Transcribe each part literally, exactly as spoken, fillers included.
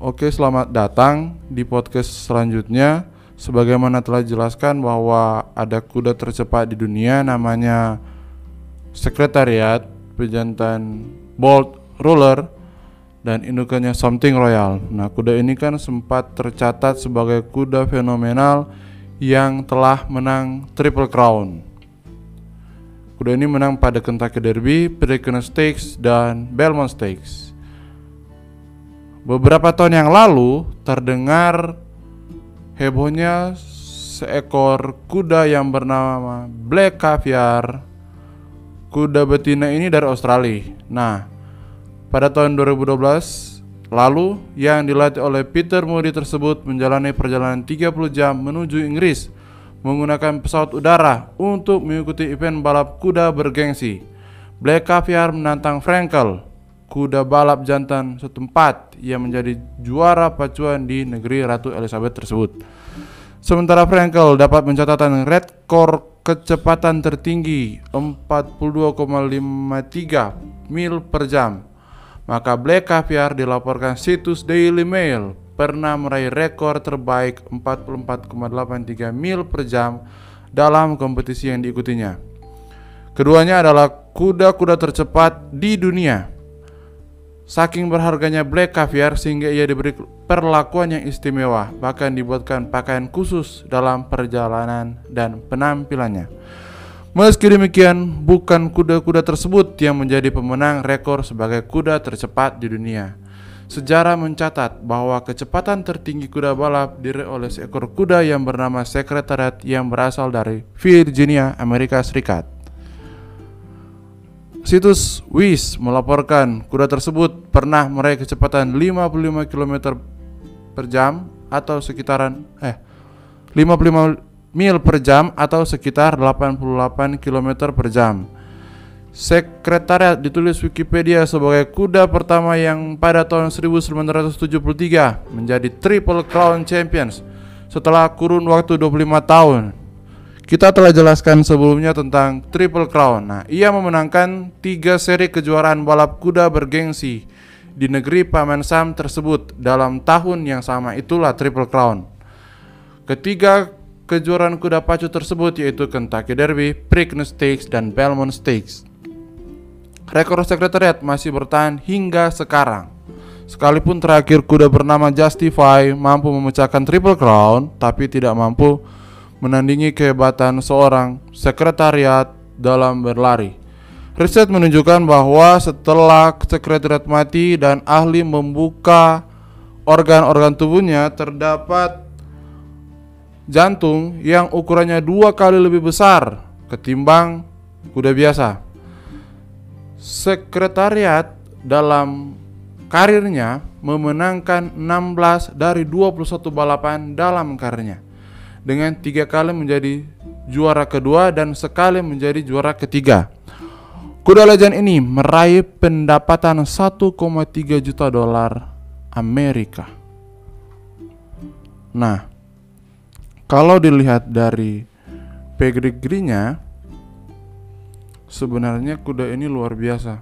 Oke, selamat datang di podcast selanjutnya. Sebagaimana telah dijelaskan bahwa ada kuda tercepat di dunia namanya Secretariat, pejantan Bolt Ruler, dan indukannya Something Royal. Nah, kuda ini kan sempat tercatat sebagai kuda fenomenal yang telah menang Triple Crown. Kuda ini menang pada Kentucky Derby, Preakness Stakes, dan Belmont Stakes. Beberapa tahun yang lalu terdengar hebohnya seekor kuda yang bernama Black Caviar. Kuda betina ini dari Australia. Nah, pada tahun dua ribu dua belas lalu yang dilatih oleh Peter Moody tersebut menjalani perjalanan tiga puluh jam menuju Inggris menggunakan pesawat udara untuk mengikuti event balap kuda bergengsi. Black Caviar menantang Frankel, kuda balap jantan setempat yang menjadi juara pacuan di negeri Ratu Elizabeth tersebut. Sementara Frankel dapat mencatatkan rekor kecepatan tertinggi empat puluh dua koma lima tiga mil per jam. Maka Black Caviar dilaporkan situs Daily Mail pernah meraih rekor terbaik empat puluh empat koma delapan tiga mil per jam dalam kompetisi yang diikutinya. Keduanya adalah kuda-kuda tercepat di dunia. Saking berharganya Black Caviar sehingga ia diberi perlakuan yang istimewa, bahkan dibuatkan pakaian khusus dalam perjalanan dan penampilannya. Meski demikian, bukan kuda-kuda tersebut yang menjadi pemenang rekor sebagai kuda tercepat di dunia. Sejarah mencatat bahwa kecepatan tertinggi kuda balap diraih oleh seekor kuda yang bernama Secretariat yang berasal dari Virginia, Amerika Serikat. Situs Wish melaporkan kuda tersebut pernah meraih kecepatan lima puluh lima kilometer per jam atau sekitaran eh lima puluh lima mil per jam atau sekitar delapan puluh delapan kilometer per jam. Sekretariat ditulis Wikipedia sebagai kuda pertama yang pada tahun seribu sembilan ratus tujuh puluh tiga menjadi Triple Crown Champions setelah kurun waktu dua puluh lima tahun. Kita telah jelaskan sebelumnya tentang Triple Crown. Nah, ia memenangkan tiga seri kejuaraan balap kuda bergengsi di negeri Paman Sam tersebut dalam tahun yang sama, itulah Triple Crown. Ketiga kejuaraan kuda pacu tersebut yaitu Kentucky Derby, Preakness Stakes, dan Belmont Stakes. Rekor Sekretariat masih bertahan hingga sekarang. Sekalipun terakhir kuda bernama Justify mampu memecahkan Triple Crown, tapi tidak mampu menandingi kehebatan seorang Sekretariat dalam berlari. Riset menunjukkan bahwa setelah Sekretariat mati dan ahli membuka organ-organ tubuhnya, terdapat jantung yang ukurannya dua kali lebih besar ketimbang kuda biasa. Sekretariat dalam karirnya memenangkan enam belas dari dua puluh satu balapan dalam karirnya, dengan tiga kali menjadi juara kedua dan sekali menjadi juara ketiga. Kuda legend ini meraih pendapatan satu koma tiga juta dolar Amerika. Nah, kalau dilihat dari pedigree-nya, sebenarnya kuda ini luar biasa.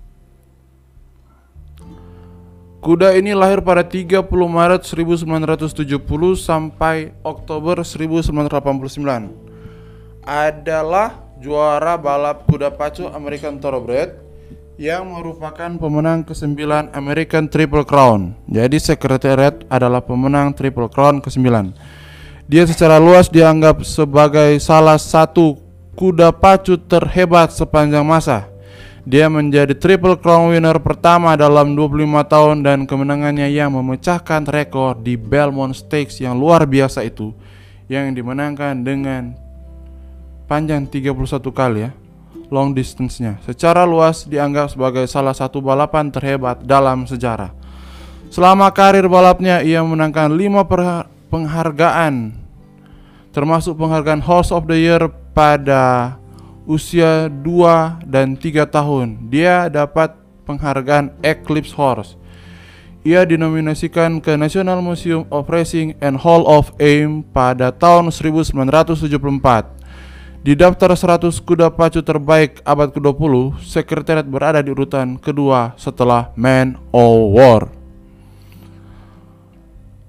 Kuda ini lahir pada tiga puluh Maret seribu sembilan ratus tujuh puluh sampai Oktober seribu sembilan ratus delapan puluh sembilan. Adalah juara balap kuda pacu American Thoroughbred yang merupakan pemenang kesembilan American Triple Crown. Jadi Secretariat adalah pemenang Triple Crown kesembilan. Dia secara luas dianggap sebagai salah satu kuda pacu terhebat sepanjang masa. Dia menjadi Triple Crown winner pertama dalam dua puluh lima tahun, dan kemenangannya yang memecahkan rekor di Belmont Stakes yang luar biasa itu, yang dimenangkan dengan panjang tiga puluh satu kali ya, long distance-nya. Secara luas dianggap sebagai salah satu balapan terhebat dalam sejarah. Selama karir balapnya ia memenangkan lima penghargaan, termasuk penghargaan Horse of the Year pada usia dua dan tiga tahun. Dia dapat penghargaan Eclipse Horse. Ia dinominasikan ke National Museum of Racing and Hall of Fame pada tahun seribu sembilan ratus tujuh puluh empat. Di daftar seratus kuda pacu terbaik abad kedua puluh, Sekretariat berada di urutan kedua setelah Man O' War.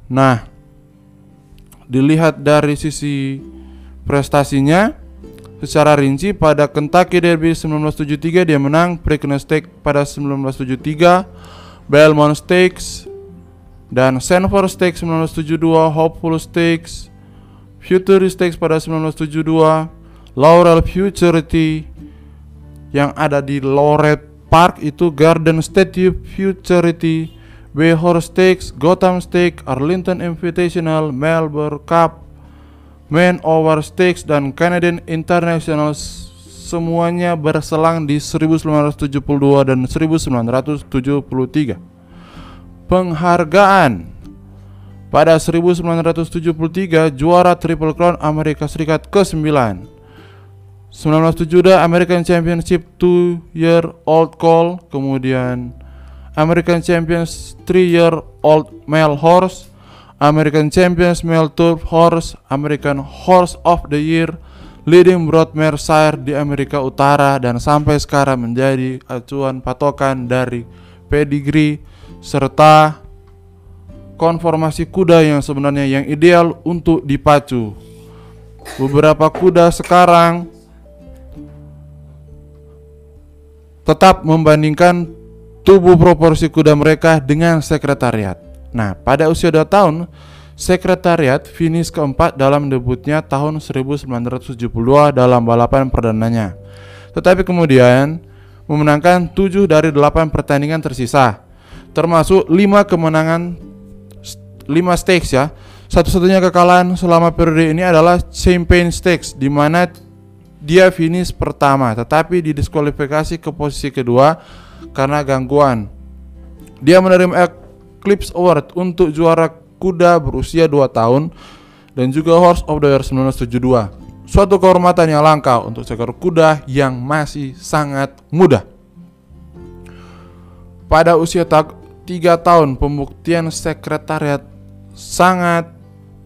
Nah, dilihat dari sisi prestasinya secara rinci, pada Kentucky Derby sembilan belas tujuh puluh tiga dia menang, Preakness Stakes pada sembilan belas tujuh puluh tiga, Belmont Stakes dan Sanford Stakes sembilan belas tujuh puluh dua, Hopeful Stakes, Future Stakes pada sembilan belas tujuh puluh dua, Laurel Futurity yang ada di Lorette Park itu, Garden State Futurity, Bayhor Stakes, Gotham Stakes, Arlington Invitational, Melbourne Cup, Man Over Stakes dan Canadian International, semuanya berselang di seribu sembilan ratus tujuh puluh dua dan seribu sembilan ratus tujuh puluh tiga. Penghargaan pada seribu sembilan ratus tujuh puluh tiga, juara Triple Crown Amerika Serikat ke sembilan, sembilan belas tujuh puluh dua American Championship two year old colt, kemudian American Champions three year old male horse, American Champions male turf horse, American Horse of the Year, leading broadmare sire di Amerika Utara, dan sampai sekarang menjadi acuan patokan dari pedigree serta konformasi kuda yang sebenarnya yang ideal untuk dipacu. Beberapa kuda sekarang tetap membandingkan tubuh proporsi kuda mereka dengan sekretariat. Nah, pada usia dua tahun, sekretariat finish keempat dalam debutnya tahun seribu sembilan ratus tujuh puluh dua dalam balapan perdananya. Tetapi kemudian memenangkan tujuh dari delapan pertandingan tersisa, termasuk lima kemenangan, lima stakes ya. Satu-satunya kekalahan selama periode ini adalah Champagne Stakes, di mana dia finish pertama tetapi didiskualifikasi ke posisi kedua karena gangguan. Dia menerima Eclipse Award untuk juara kuda berusia dua tahun dan juga Horse of the Year sembilan belas tujuh puluh dua. Suatu kehormatan yang langka untuk seekor kuda yang masih sangat muda. Pada usia tiga tahun, pembuktian sekretariat sangat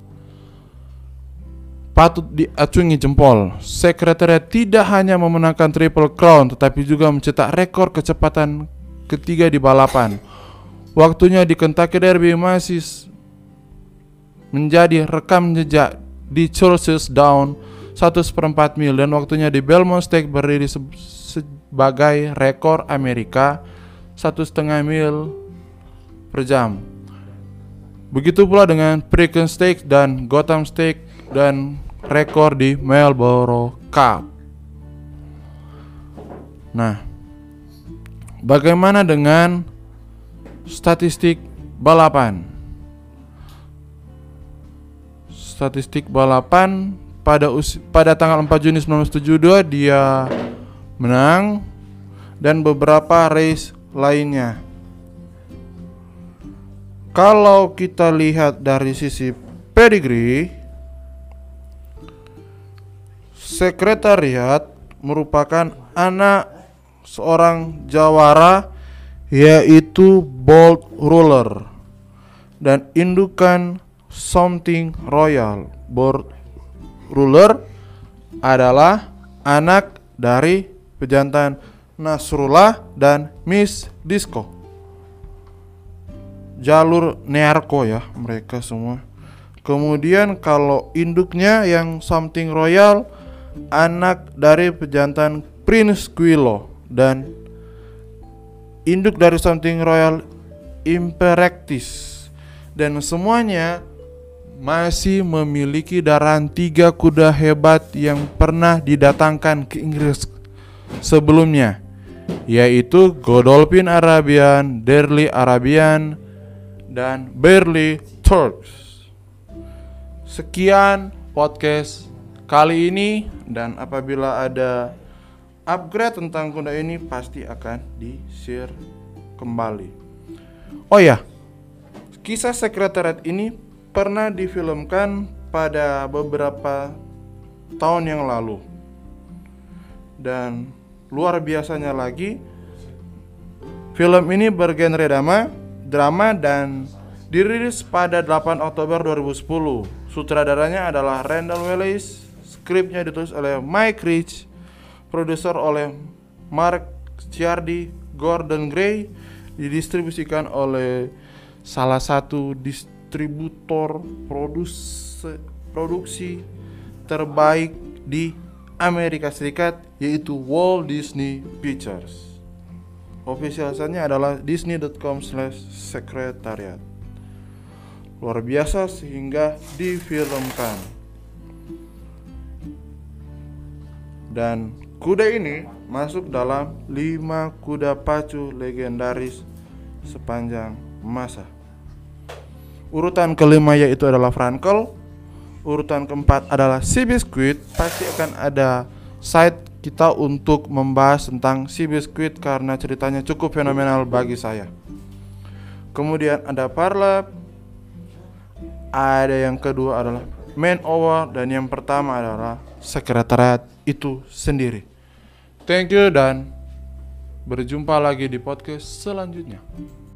patut diacungi jempol. Sekretariat tidak hanya memenangkan Triple Crown, tetapi juga mencetak rekor kecepatan ketiga di balapan. Waktunya di Kentucky Derby masih menjadi rekam jejak di Churches Down satu seperempat mil, dan waktunya di Belmont Stakes berdiri se- sebagai rekor Amerika satu setengah mil per jam. Begitu pula dengan Preakness Stakes dan Gotham Stakes dan rekor di Marlboro Cup. Nah, bagaimana dengan statistik balapan? Statistik balapan pada usi- pada tanggal empat Juni sembilan belas tujuh puluh dua dia menang, dan beberapa race lainnya. Kalau kita lihat dari sisi pedigree, sekretariat merupakan anak seorang jawara yaitu Bolt Ruler, dan indukan Something Royal. Bolt Ruler adalah anak dari pejantan Nasrullah dan Miss Disco. Jalur Nearco ya mereka semua. Kemudian kalau induknya yang Something Royal, anak dari pejantan Prince Quillo, dan induk dari Something Royal Imperactis, dan semuanya masih memiliki darahan tiga kuda hebat yang pernah didatangkan ke Inggris sebelumnya, yaitu Godolphin Arabian, Darley Arabian, dan Burley Turks. Sekian podcast kali ini, dan apabila ada upgrade tentang kuda ini pasti akan di-share kembali. Oh ya, kisah sekretariat ini pernah difilmkan pada beberapa tahun yang lalu, dan luar biasanya lagi, film ini bergenre drama, drama dan dirilis pada delapan Oktober dua ribu sepuluh. Sutradaranya adalah Randall Wallace, skripnya ditulis oleh Mike Rich, produser oleh Mark Ciardi, Gordon Gray, didistribusikan oleh salah satu dis- distributor produs- produksi terbaik di Amerika Serikat, yaitu Walt Disney Pictures. Official site-nya adalah disney dot com slash secretariat. Luar biasa sehingga difilmkan. Dan kuda ini masuk dalam lima kuda pacu legendaris sepanjang masa. Urutan kelima yaitu adalah Frankel. Urutan keempat adalah Seabiscuit. Pasti akan ada site kita untuk membahas tentang Seabiscuit karena ceritanya cukup fenomenal bagi saya. Kemudian ada Parlap. Ada yang kedua adalah Man Over, dan yang pertama adalah Sekretariat itu sendiri. Thank you dan berjumpa lagi di podcast selanjutnya.